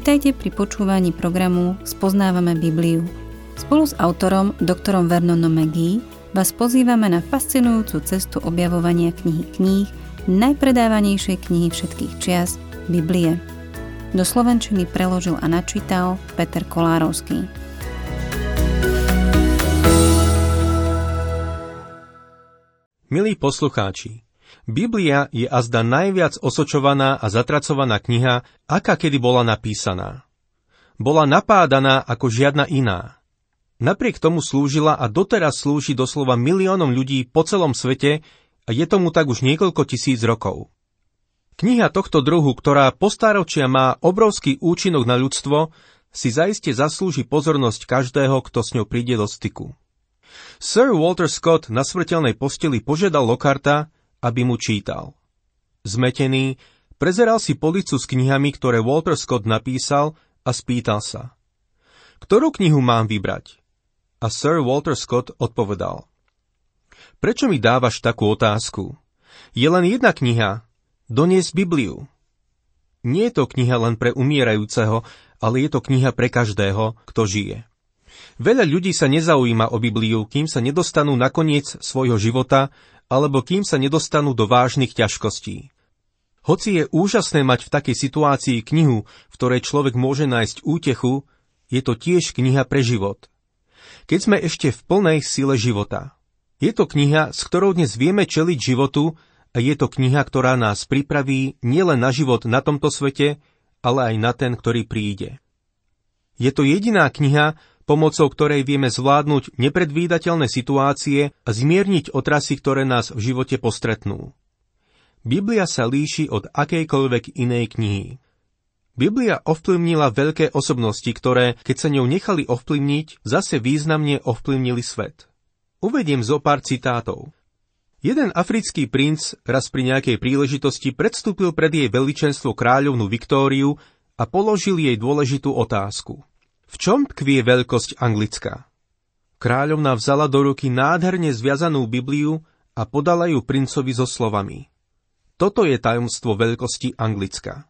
Vitajte pri počúvaní programu Spoznávame Bibliu. Spolu s autorom, doktorom Vernonom McGee, vás pozývame na fascinujúcu cestu objavovania kníh, najpredávanejšej knihy všetkých čias, Biblie. Do slovenčiny preložil a načítal Peter Kolárovský. Milí poslucháči, Biblia je azda najviac osočovaná a zatracovaná kniha, aká kedy bola napísaná. Bola napádaná ako žiadna iná. Napriek tomu slúžila a doteraz slúži doslova miliónom ľudí po celom svete a je tomu tak už niekoľko tisíc rokov. Kniha tohto druhu, ktorá po stáročia má obrovský účinok na ľudstvo, si zaiste zaslúži pozornosť každého, kto s ňou príde do styku. Sir Walter Scott na smrteľnej posteli požiadal Lockharta, aby mu čítal. Zmetený, prezeral si policu s knihami, ktoré Walter Scott napísal a spýtal sa: ktorú knihu mám vybrať? A Sir Walter Scott odpovedal: prečo mi dávaš takú otázku? Je len jedna kniha, doniesť Bibliu. Nie je to kniha len pre umierajúceho, ale je to kniha pre každého, kto žije. Veľa ľudí sa nezaujíma o Bibliu, kým sa nedostanú na koniec svojho života, alebo kým sa nedostanú do vážnych ťažkostí. Hoci je úžasné mať v takej situácii knihu, v ktorej človek môže nájsť útechu, je to tiež kniha pre život. Keď sme ešte v plnej sile života. Je to kniha, s ktorou dnes vieme čeliť životu, a je to kniha, ktorá nás pripraví nielen na život na tomto svete, ale aj na ten, ktorý príde. Je to jediná kniha, pomocou ktorej vieme zvládnuť nepredvídateľné situácie a zmierniť otrasy, ktoré nás v živote postretnú. Biblia sa líši od akejkoľvek inej knihy. Biblia ovplyvnila veľké osobnosti, ktoré, keď sa ňou nechali ovplyvniť, zase významne ovplyvnili svet. Uvediem zo pár citátov. Jeden africký princ raz pri nejakej príležitosti predstúpil pred jej veličenstvo kráľovnu Viktóriu a položil jej dôležitú otázku. V čom tkvie veľkosť Anglicka? Kráľovna vzala do ruky nádherne zviazanú Bibliu a podala ju princovi so slovami: toto je tajomstvo veľkosti Anglicka.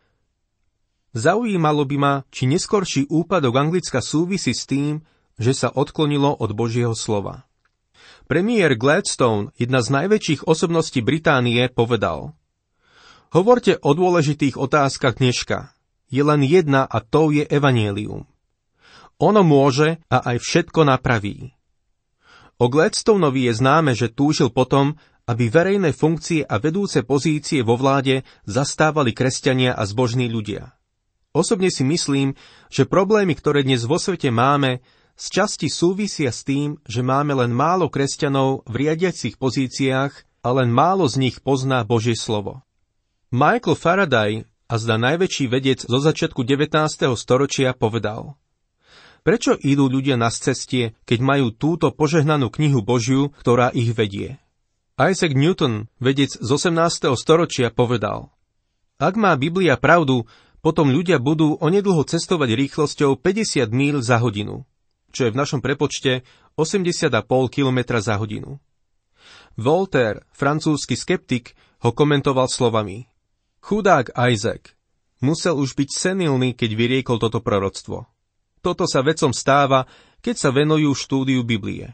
Zaujímalo by ma, či neskorší úpadok Anglicka súvisí s tým, že sa odklonilo od Božieho slova. Premiér Gladstone, jedna z najväčších osobností Británie, povedal: hovorte o dôležitých otázkach dneška. Je len jedna a tou je evanjelium. Ono môže a aj všetko napraví. O Gladstoneovi je známe, že túžil potom, aby verejné funkcie a vedúce pozície vo vláde zastávali kresťania a zbožní ľudia. Osobne si myslím, že problémy, ktoré dnes vo svete máme, z časti súvisia s tým, že máme len málo kresťanov v riadiacich pozíciách a len málo z nich pozná Božie slovo. Michael Faraday, azda najväčší vedec zo začiatku 19. storočia, povedal: prečo idú ľudia na scestie, keď majú túto požehnanú knihu Božiu, ktorá ich vedie? Isaac Newton, vedec z 18. storočia, povedal: ak má Biblia pravdu, potom ľudia budú onedlho cestovať rýchlosťou 50 míľ za hodinu, čo je v našom prepočte 80,5 km za hodinu. Voltaire, francúzsky skeptik, ho komentoval slovami: chudák Isaac, musel už byť senilný, keď vyriekol toto proroctvo. Toto sa vedcom stáva, keď sa venujú štúdiu Biblie.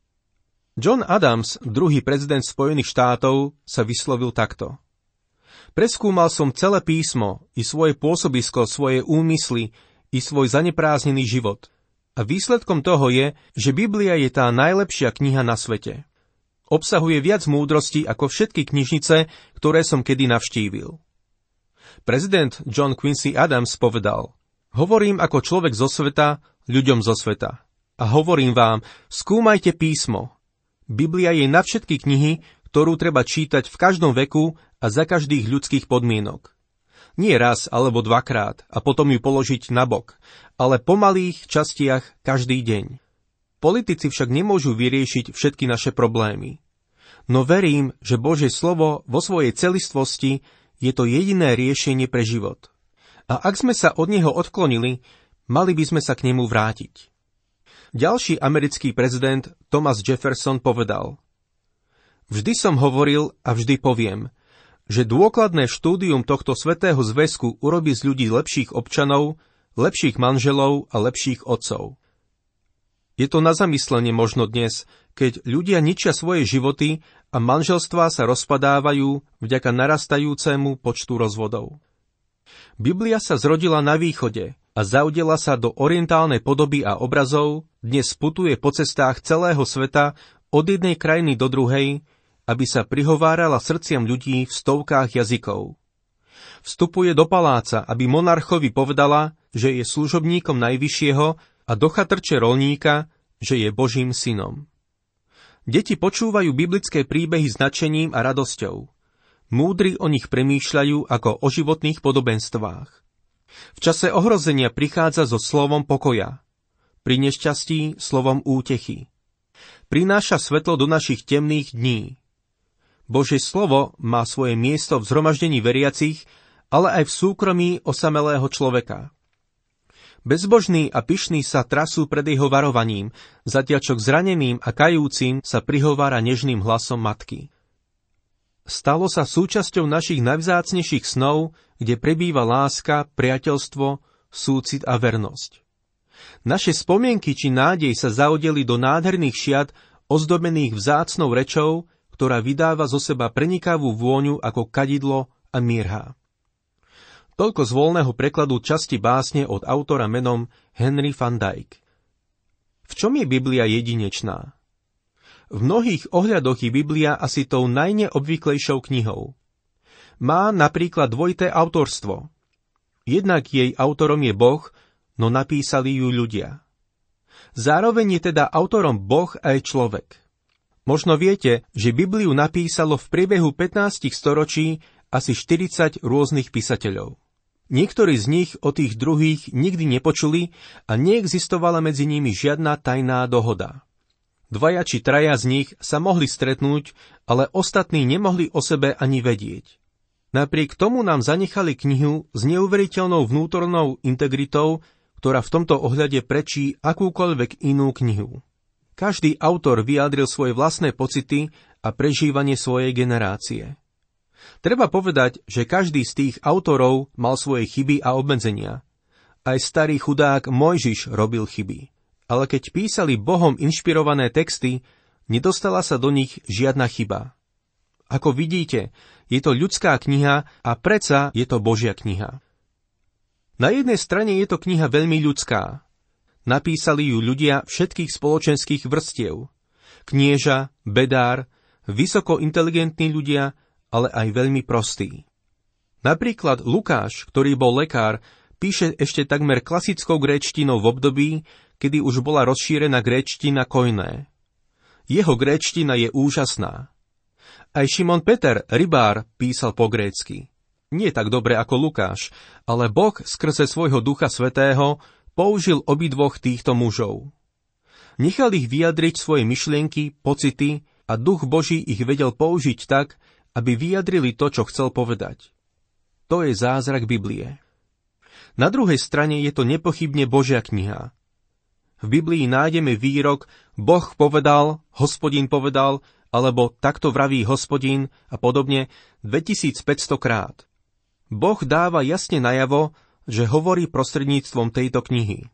John Adams, druhý prezident Spojených štátov, sa vyslovil takto: preskúmal som celé písmo, i svoje pôsobisko, svoje úmysly, i svoj zanepráznený život. A výsledkom toho je, že Biblia je tá najlepšia kniha na svete. Obsahuje viac múdrosti ako všetky knižnice, ktoré som kedy navštívil. Prezident John Quincy Adams povedal: hovorím ako človek zo sveta, ľuďom zo sveta. A hovorím vám, skúmajte písmo. Biblia je na všetky knihy, ktorú treba čítať v každom veku a za každých ľudských podmienok. Nie raz alebo dvakrát a potom ju položiť nabok, ale po malých častiach každý deň. Politici však nemôžu vyriešiť všetky naše problémy. No verím, že Božie slovo vo svojej celistvosti je to jediné riešenie pre život. A ak sme sa od neho odklonili, mali by sme sa k nemu vrátiť. Ďalší americký prezident Thomas Jefferson povedal: vždy som hovoril a vždy poviem, že dôkladné štúdium tohto svätého zväzku urobí z ľudí lepších občanov, lepších manželov a lepších otcov. Je to na zamyslenie možno dnes, keď ľudia ničia svoje životy a manželstvá sa rozpadávajú vďaka narastajúcemu počtu rozvodov. Biblia sa zrodila na východe a zaudela sa do orientálnej podoby a obrazov, dnes putuje po cestách celého sveta od jednej krajiny do druhej, aby sa prihovárala srdciam ľudí v stovkách jazykov. Vstupuje do paláca, aby monarchovi povedala, že je služobníkom Najvyššieho, a do chatrče roľníka, že je Božím synom. Deti počúvajú biblické príbehy s nadšením a radosťou. Múdri o nich premýšľajú ako o životných podobenstvách. V čase ohrozenia prichádza so slovom pokoja, pri nešťastí slovom útechy. Prináša svetlo do našich temných dní. Božie slovo má svoje miesto v zhromaždení veriacich, ale aj v súkromí osamelého človeka. Bezbožní a pyšní sa trasú pred jeho varovaním, zatiaľ čo k zraneným a kajúcim sa prihovára nežným hlasom matky. Stalo sa súčasťou našich najvzácnejších snov, kde prebýva láska, priateľstvo, súcit a vernosť. Naše spomienky či nádej sa zaodeli do nádherných šiat, ozdobených vzácnou rečou, ktorá vydáva zo seba prenikavú vôňu ako kadidlo a mirha. Toľko z voľného prekladu časti básne od autora menom Henry van Dyke. V čom je Biblia jedinečná? V mnohých ohľadoch je Biblia asi tou najneobvyklejšou knihou. Má napríklad dvojité autorstvo. Jednak jej autorom je Boh, no napísali ju ľudia. Zároveň je teda autorom Boh aj človek. Možno viete, že Bibliu napísalo v priebehu 15 storočí asi 40 rôznych písateľov. Niektorí z nich o tých druhých nikdy nepočuli a neexistovala medzi nimi žiadna tajná dohoda. Dvaja či traja z nich sa mohli stretnúť, ale ostatní nemohli o sebe ani vedieť. Napriek tomu nám zanechali knihu s neuveriteľnou vnútornou integritou, ktorá v tomto ohľade prečí akúkoľvek inú knihu. Každý autor vyjadril svoje vlastné pocity a prežívanie svojej generácie. Treba povedať, že každý z tých autorov mal svoje chyby a obmedzenia. Aj starý chudák Mojžiš robil chyby. Ale keď písali Bohom inšpirované texty, nedostala sa do nich žiadna chyba. Ako vidíte, je to ľudská kniha a predsa je to Božia kniha. Na jednej strane je to kniha veľmi ľudská. Napísali ju ľudia všetkých spoločenských vrstiev. Knieža, bedár, vysoko inteligentní ľudia, ale aj veľmi prostý. Napríklad Lukáš, ktorý bol lekár, píše ešte takmer klasickou gréčtinou v období, kedy už bola rozšírená gréčtina Koiné. Jeho gréčtina je úžasná. Aj Šimon Peter, rybár, písal po grécky. Nie tak dobre ako Lukáš, ale Boh skrze svojho Ducha Svätého použil obidvoch týchto mužov. Nechal ich vyjadriť svoje myšlienky, pocity a Duch Boží ich vedel použiť tak, aby vyjadrili to, čo chcel povedať. To je zázrak Biblie. Na druhej strane je to nepochybne Božia kniha. V Biblii nájdeme výrok Boh povedal, Hospodin povedal, alebo takto vraví Hospodin a podobne 2500 krát. Boh dáva jasne najavo, že hovorí prostredníctvom tejto knihy.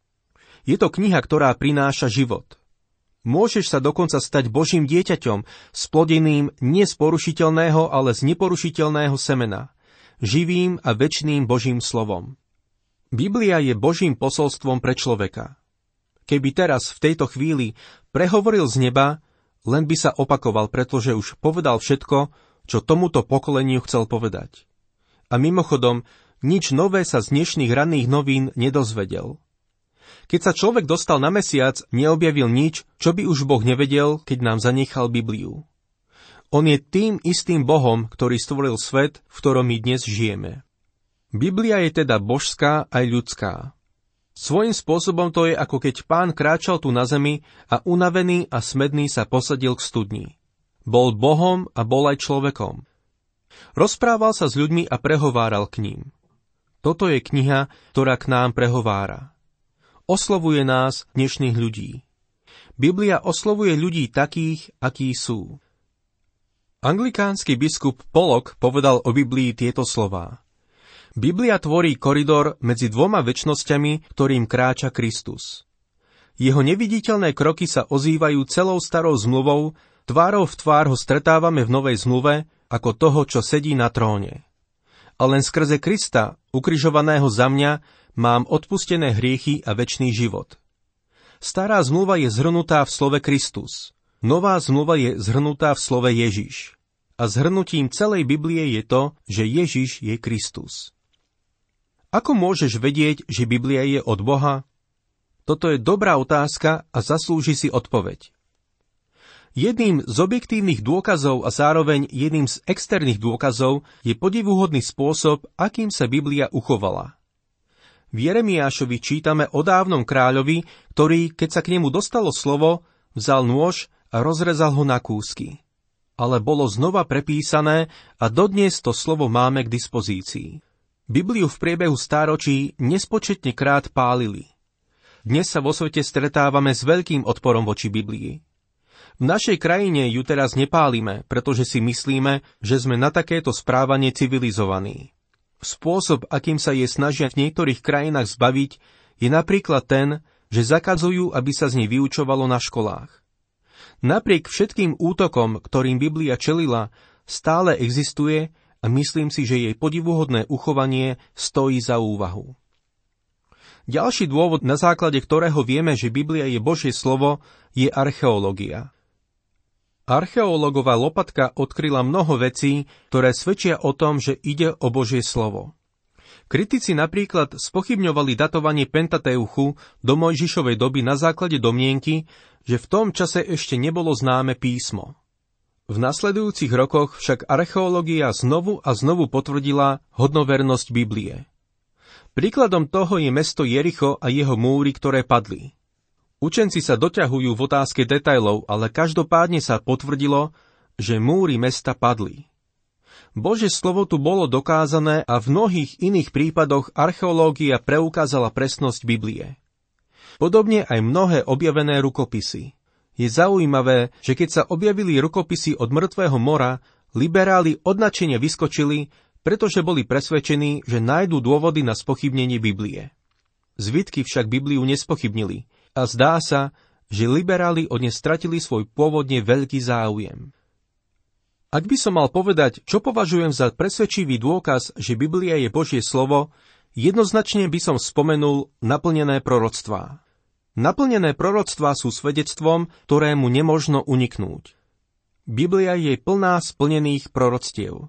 Je to kniha, ktorá prináša život. Môžeš sa dokonca stať Božím dieťaťom, splodeným nie z porušiteľného, ale z neporušiteľného semena, živým a večným Božím slovom. Biblia je Božím posolstvom pre človeka. Keby teraz, v tejto chvíli, prehovoril z neba, len by sa opakoval, pretože už povedal všetko, čo tomuto pokoleniu chcel povedať. A mimochodom, nič nové sa z dnešných ranných novín nedozvedel. Keď sa človek dostal na mesiac, neobjavil nič, čo by už Boh nevedel, keď nám zanechal Bibliu. On je tým istým Bohom, ktorý stvoril svet, v ktorom my dnes žijeme. Biblia je teda božská aj ľudská. Svojím spôsobom to je, ako keď Pán kráčal tu na zemi a unavený a smedný sa posadil k studni. Bol Bohom a bol aj človekom. Rozprával sa s ľuďmi a prehováral k ním. Toto je kniha, ktorá k nám prehovára. Oslovuje nás, dnešných ľudí. Biblia oslovuje ľudí takých, akí sú. Anglikánsky biskup Pollock povedal o Biblii tieto slová. Biblia tvorí koridor medzi dvoma večnosťami, ktorým kráča Kristus. Jeho neviditeľné kroky sa ozývajú celou starou zmluvou, tvárou v tvár ho stretávame v novej zmluve ako toho, čo sedí na tróne. A len skrze Krista, ukrižovaného za mňa, mám odpustené hriechy a večný život. Stará zmluva je zhrnutá v slove Kristus. Nová zmluva je zhrnutá v slove Ježiš. A zhrnutím celej Biblie je to, že Ježiš je Kristus. Ako môžeš vedieť, že Biblia je od Boha? Toto je dobrá otázka a zaslúži si odpoveď. Jedným z objektívnych dôkazov a zároveň jedným z externých dôkazov je podivuhodný spôsob, akým sa Biblia uchovala. V Jeremiášovi čítame o dávnom kráľovi, ktorý, keď sa k nemu dostalo slovo, vzal nôž a rozrezal ho na kúsky. Ale bolo znova prepísané a dodnes to slovo máme k dispozícii. Bibliu v priebehu stáročí nespočetne krát pálili. Dnes sa vo svete stretávame s veľkým odporom voči Biblii. V našej krajine ju teraz nepálime, pretože si myslíme, že sme na takéto správanie civilizovaní. Spôsob, akým sa je snažia v niektorých krajinách zbaviť, je napríklad ten, že zakazujú, aby sa z nej vyučovalo na školách. Napriek všetkým útokom, ktorým Biblia čelila, stále existuje a myslím si, že jej podivuhodné uchovanie stojí za úvahu. Ďalší dôvod, na základe ktorého vieme, že Biblia je Božie slovo, je archeológia. Archeológová lopatka odkryla mnoho vecí, ktoré svedčia o tom, že ide o Božie slovo. Kritici napríklad spochybňovali datovanie Pentateuchu do Mojžišovej doby na základe domnienky, že v tom čase ešte nebolo známe písmo. V nasledujúcich rokoch však archeológia znovu a znovu potvrdila hodnovernosť Biblie. Príkladom toho je mesto Jericho a jeho múry, ktoré padli. Učenci sa doťahujú v otázke detailov, ale každopádne sa potvrdilo, že múry mesta padli. Božie slovo tu bolo dokázané a v mnohých iných prípadoch archeológia preukázala presnosť Biblie. Podobne aj mnohé objavené rukopisy. Je zaujímavé, že keď sa objavili rukopisy od Mŕtvého mora, liberáli odnačene vyskočili, pretože boli presvedčení, že nájdú dôvody na spochybnenie Biblie. Zvitky však Bibliu nespochybnili a zdá sa, že liberáli od nej stratili svoj pôvodne veľký záujem. Ak by som mal povedať, čo považujem za presvedčivý dôkaz, že Biblia je Božie slovo, jednoznačne by som spomenul naplnené proroctvá. Naplnené proroctvá sú svedectvom, ktorému nemožno uniknúť. Biblia je plná splnených proroctiev.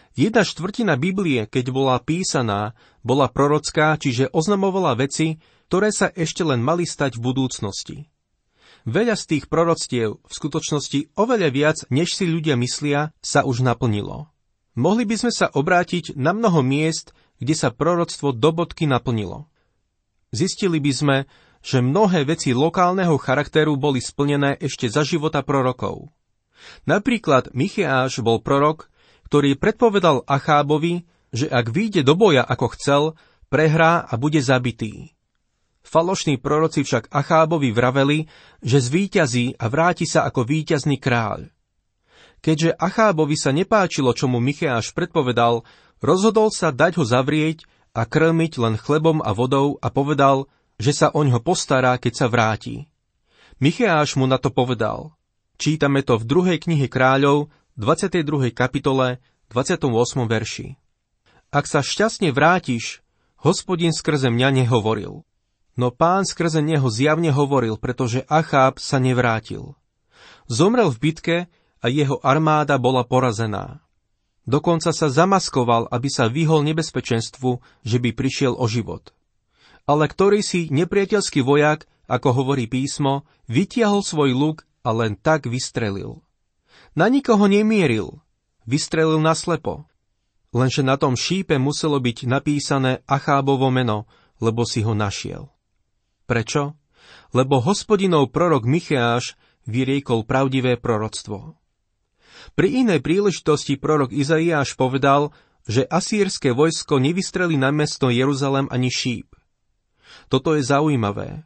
1/4 Biblie, keď bola písaná, bola prorocká, čiže oznamovala veci, ktoré sa ešte len mali stať v budúcnosti. Veľa z tých proroctiev, v skutočnosti oveľa viac, než si ľudia myslia, sa už naplnilo. Mohli by sme sa obrátiť na mnoho miest, kde sa proroctvo do bodky naplnilo. Zistili by sme, že mnohé veci lokálneho charakteru boli splnené ešte za života prorokov. Napríklad Micheáš bol prorok, ktorý predpovedal Achábovi, že ak vyjde do boja ako chcel, prehrá a bude zabitý. Falošní proroci však Achábovi vraveli, že zvíťazí a vráti sa ako víťazný kráľ. Keďže Achábovi sa nepáčilo, čo mu Micheáš predpovedal, rozhodol sa dať ho zavrieť a krmiť len chlebom a vodou a povedal, že sa oňho postará, keď sa vráti. Micheáš mu na to povedal. Čítame to v 2. knihe Kráľov, 22. kapitole, 28. verši. Ak sa šťastne vrátiš, Hospodin skrze mňa nehovoril. No Pán skrze neho zjavne hovoril, pretože Acháb sa nevrátil. Zomrel v bitke a jeho armáda bola porazená. Dokonca sa zamaskoval, aby sa vyhol nebezpečenstvu, že by prišiel o život. Ale ktorýsi nepriateľský vojak, ako hovorí písmo, vytiahol svoj luk a len tak vystrelil. Na nikoho nemieril, vystrelil naslepo. Lenže na tom šípe muselo byť napísané Achábovo meno, lebo si ho našiel. Prečo? Lebo Hospodinov prorok Micheáš vyriekol pravdivé proroctvo. Pri inej príležitosti prorok Izaiáš povedal, že asýrske vojsko nevystrelí na mesto Jeruzalém ani šíp. Toto je zaujímavé.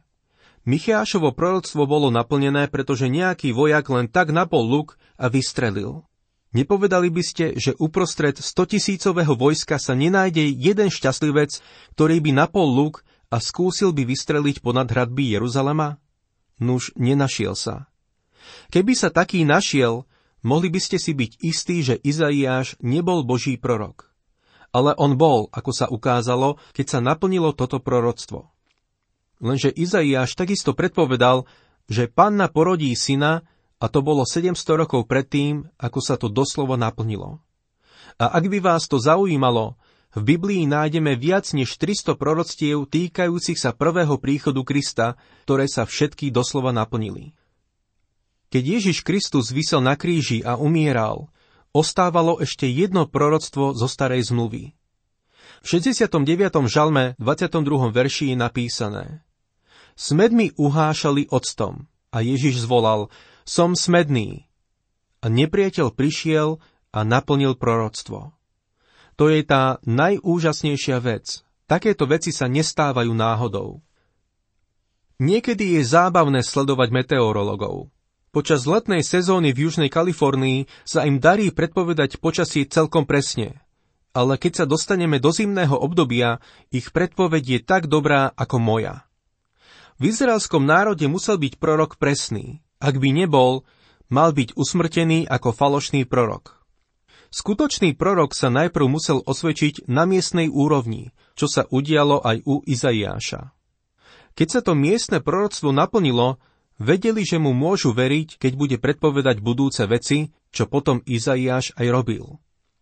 Micheášovo proroctvo bolo naplnené, pretože nejaký vojak len tak napol luk a vystrelil. Nepovedali by ste, že uprostred 100 000-ového vojska sa nenájde jeden šťastlivec, ktorý by napol luk a skúsil by vystreliť ponad hradby Jeruzalema? Nuž, nenašiel sa. Keby sa taký našiel, mohli by ste si byť istí, že Izaiáš nebol Boží prorok. Ale on bol, ako sa ukázalo, keď sa naplnilo toto proroctvo. Lenže Izaiáš takisto predpovedal, že panna porodí syna, a to bolo 700 rokov predtým, ako sa to doslova naplnilo. A ak by vás to zaujímalo, v Biblii nájdeme viac než 300 proroctiev týkajúcich sa prvého príchodu Krista, ktoré sa všetky doslova naplnili. Keď Ježiš Kristus visel na kríži a umieral, ostávalo ešte jedno proroctvo zo starej zmluvy. V 69. žalme 22. verši je napísané: Smedmi uhášali octom, a Ježiš zvolal: Som smedný. A nepriateľ prišiel a naplnil proroctvo. To je tá najúžasnejšia vec. Takéto veci sa nestávajú náhodou. Niekedy je zábavné sledovať meteorologov. Počas letnej sezóny v Južnej Kalifornii sa im darí predpovedať počasie celkom presne. Ale keď sa dostaneme do zimného obdobia, ich predpoveď je tak dobrá ako moja. V izraelskom národe musel byť prorok presný. Ak by nebol, mal byť usmrtený ako falošný prorok. Skutočný prorok sa najprv musel osvedčiť na miestnej úrovni, čo sa udialo aj u Izaiáša. Keď sa to miestne proroctvo naplnilo, vedeli, že mu môžu veriť, keď bude predpovedať budúce veci, čo potom Izaiáš aj robil.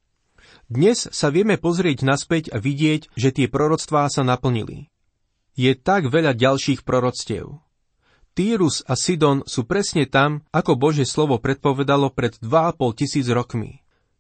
Dnes sa vieme pozrieť naspäť a vidieť, že tie proroctvá sa naplnili. Je tak veľa ďalších proroctiev. Týrus a Sidon sú presne tam, ako Božie slovo predpovedalo pred 2500 rokmi.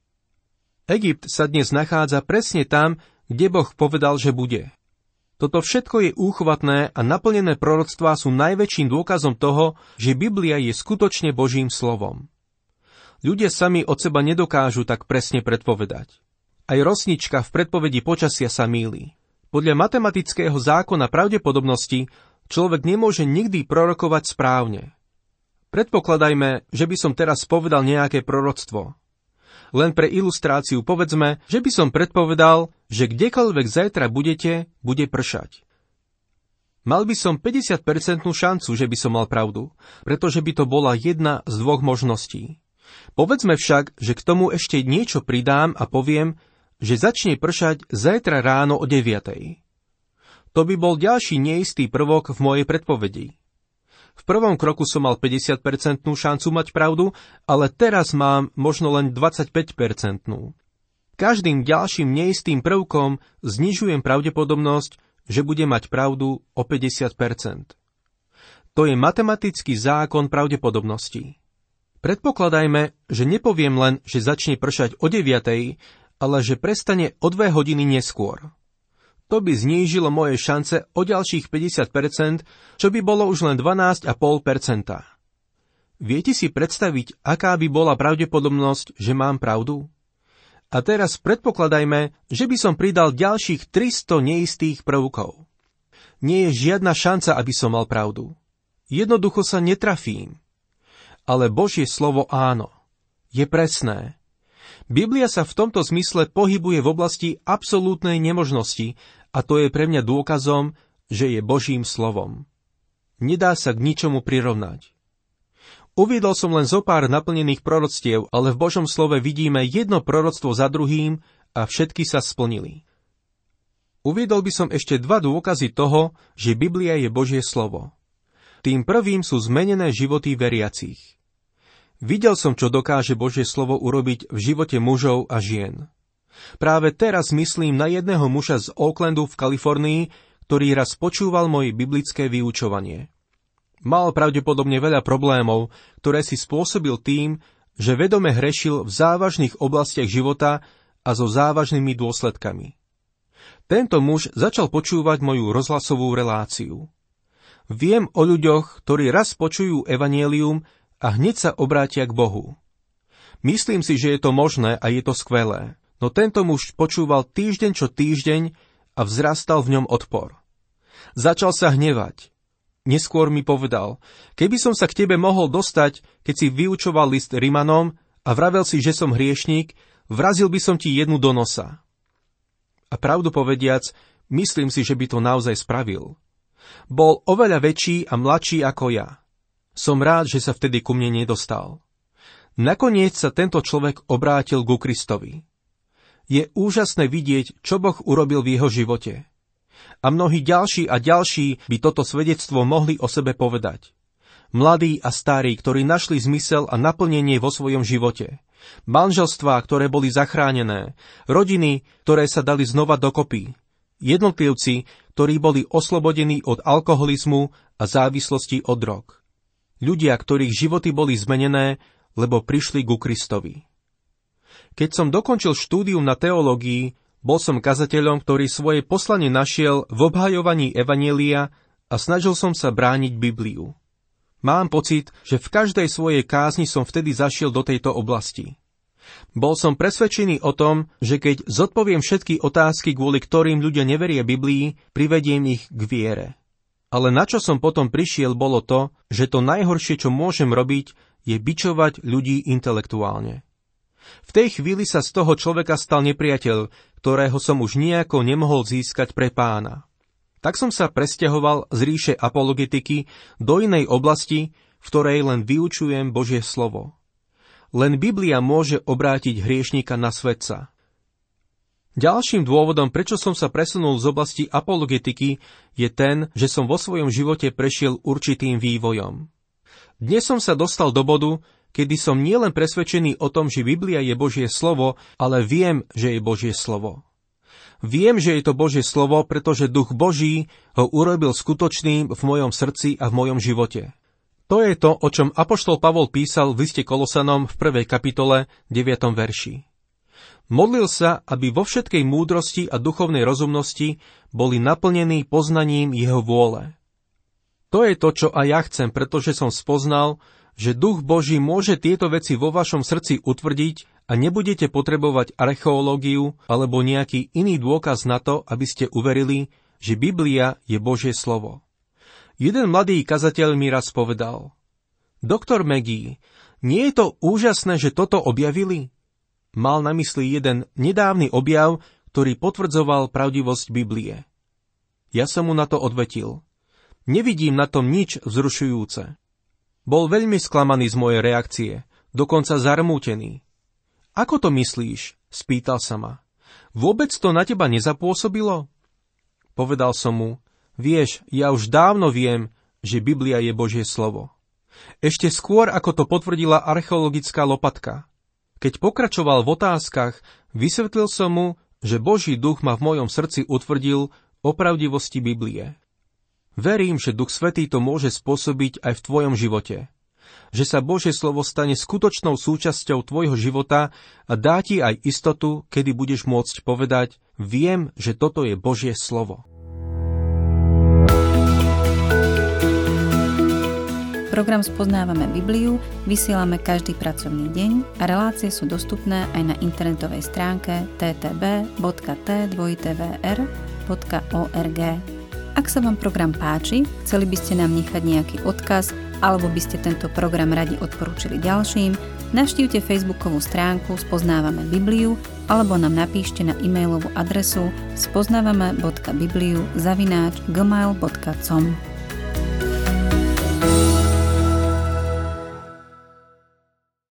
Egypt sa dnes nachádza presne tam, kde Boh povedal, že bude. Toto všetko je úchvatné a naplnené proroctvá sú najväčším dôkazom toho, že Biblia je skutočne Božím slovom. Ľudia sami od seba nedokážu tak presne predpovedať. Aj rosnička v predpovedi počasia sa mýli. Podľa matematického zákona pravdepodobnosti človek nemôže nikdy prorokovať správne. Predpokladajme, že by som teraz povedal nejaké proroctvo. Len pre ilustráciu povedzme, že by som predpovedal, že kdekoľvek zajtra budete, bude pršať. Mal by som 50% šancu, že by som mal pravdu, pretože by to bola jedna z dvoch možností. Povedzme však, že k tomu ešte niečo pridám a poviem, že začne pršať zajtra ráno o 9:00. To by bol ďalší neistý prvok v mojej predpovedi. V prvom kroku som mal 50% šancu mať pravdu, ale teraz mám možno len 25%. Každým ďalším neistým prvkom znižujem pravdepodobnosť, že bude mať pravdu o 50%. To je matematický zákon pravdepodobností. Predpokladajme, že nepoviem len, že začne pršať o 9:00, ale že prestane o 2 hodiny neskôr. To by znížilo moje šance o ďalších 50%, čo by bolo už len 12,5%. Viete si predstaviť, aká by bola pravdepodobnosť, že mám pravdu? A teraz predpokladajme, že by som pridal ďalších 300 neistých prvkov. Nie je žiadna šanca, aby som mal pravdu. Jednoducho sa netrafím. Ale Božie slovo áno. Je presné. Biblia sa v tomto zmysle pohybuje v oblasti absolútnej nemožnosti a to je pre mňa dôkazom, že je Božím slovom. Nedá sa k ničomu prirovnať. Uviedol som len zo pár naplnených proroctiev, ale v Božom slove vidíme jedno proroctvo za druhým a všetky sa splnili. Uviedol by som ešte 2 dôkazy toho, že Biblia je Božie slovo. Tým prvým sú zmenené životy veriacich. Videl som, čo dokáže Božie slovo urobiť v živote mužov a žien. Práve teraz myslím na jedného muža z Oaklandu v Kalifornii, ktorý raz počúval moje biblické vyučovanie. Mal pravdepodobne veľa problémov, ktoré si spôsobil tým, že vedome hrešil v závažných oblastiach života a so závažnými dôsledkami. Tento muž začal počúvať moju rozhlasovú reláciu. Viem o ľuďoch, ktorí raz počujú evanjelium a hneď sa obrátia k Bohu. Myslím si, že je to možné a je to skvelé, no tento muž počúval týždeň čo týždeň a vzrastal v ňom odpor. Začal sa hnevať. Neskôr mi povedal, keby som sa k tebe mohol dostať, keď si vyučoval list Rimanom a vravel si, že som hriešník, vrazil by som ti jednu do nosa. A pravdu povediac, myslím si, že by to naozaj spravil. Bol oveľa väčší a mladší ako ja. Som rád, že sa vtedy ku mne nedostal. Nakoniec sa tento človek obrátil ku Kristovi. Je úžasné vidieť, čo Boh urobil v jeho živote. A mnohí ďalší a ďalší by toto svedectvo mohli o sebe povedať. Mladí a starí, ktorí našli zmysel a naplnenie vo svojom živote. Manželstvá, ktoré boli zachránené. Rodiny, ktoré sa dali znova dokopy. Jednotlivci, ktorí boli oslobodení od alkoholizmu a závislosti od drog. Ľudia, ktorých životy boli zmenené, lebo prišli ku Kristovi. Keď som dokončil štúdium na teológii, bol som kazateľom, ktorý svoje poslanie našiel v obhajovaní evanjelia a snažil som sa brániť Bibliu. Mám pocit, že v každej svojej kázni som vtedy zašiel do tejto oblasti. Bol som presvedčený o tom, že keď zodpoviem všetky otázky, kvôli ktorým ľudia neveria Biblii, privediem ich k viere. Ale na čo som potom prišiel, bolo to, že to najhoršie, čo môžem robiť, je bičovať ľudí intelektuálne. V tej chvíli sa z toho človeka stal nepriateľ, ktorého som už nejako nemohol získať pre Pána. Tak som sa presťahoval z ríše apologetiky do inej oblasti, v ktorej len vyučujem Božie slovo. Len Biblia môže obrátiť hriešnika na svetca. Ďalším dôvodom, prečo som sa presunul z oblasti apologetiky, je ten, že som vo svojom živote prešiel určitým vývojom. Dnes som sa dostal do bodu, kedy som nielen presvedčený o tom, že Biblia je Božie slovo, ale viem, že je Božie slovo. Viem, že je to Božie slovo, pretože Duch Boží ho urobil skutočným v mojom srdci a v mojom živote. To je to, o čom apoštol Pavol písal v liste Kolosanom v 1. kapitole 9. verši. Modlil sa, aby vo všetkej múdrosti a duchovnej rozumnosti boli naplnení poznaním jeho vôle. To je to, čo aj ja chcem, pretože som spoznal, že Duch Boží môže tieto veci vo vašom srdci utvrdiť a nebudete potrebovať archeológiu alebo nejaký iný dôkaz na to, aby ste uverili, že Biblia je Božie slovo. Jeden mladý kazateľ mi raz povedal: Doktor Magee, nie je to úžasné, že toto objavili? Mal na mysli jeden nedávny objav, ktorý potvrdzoval pravdivosť Biblie. Ja som mu na to odvetil: Nevidím na tom nič vzrušujúce. Bol veľmi sklamaný z mojej reakcie, dokonca zarmútený. Ako to myslíš? Spýtal sa ma. Vôbec to na teba nezapôsobilo? Povedal som mu: Vieš, ja už dávno viem, že Biblia je Božie slovo. Ešte skôr, ako to potvrdila archeologická lopatka. Keď pokračoval v otázkach, vysvetlil som mu, že Boží duch ma v mojom srdci utvrdil o pravdivosti Biblie. Verím, že Duch Svätý to môže spôsobiť aj v tvojom živote. Že sa Božie slovo stane skutočnou súčasťou tvojho života a dá ti aj istotu, kedy budeš môcť povedať: Viem, že toto je Božie slovo. Program Spoznávame Bibliu vysielame každý pracovný deň a relácie sú dostupné aj na internetovej stránke ttb.t2tvr.org. Ak sa vám program páči, chceli by ste nám nechať nejaký odkaz alebo by ste tento program radi odporúčili ďalším, navštívte facebookovú stránku Spoznávame Bibliu alebo nám napíšte na e-mailovú adresu spoznavame.bibliu@gmail.com.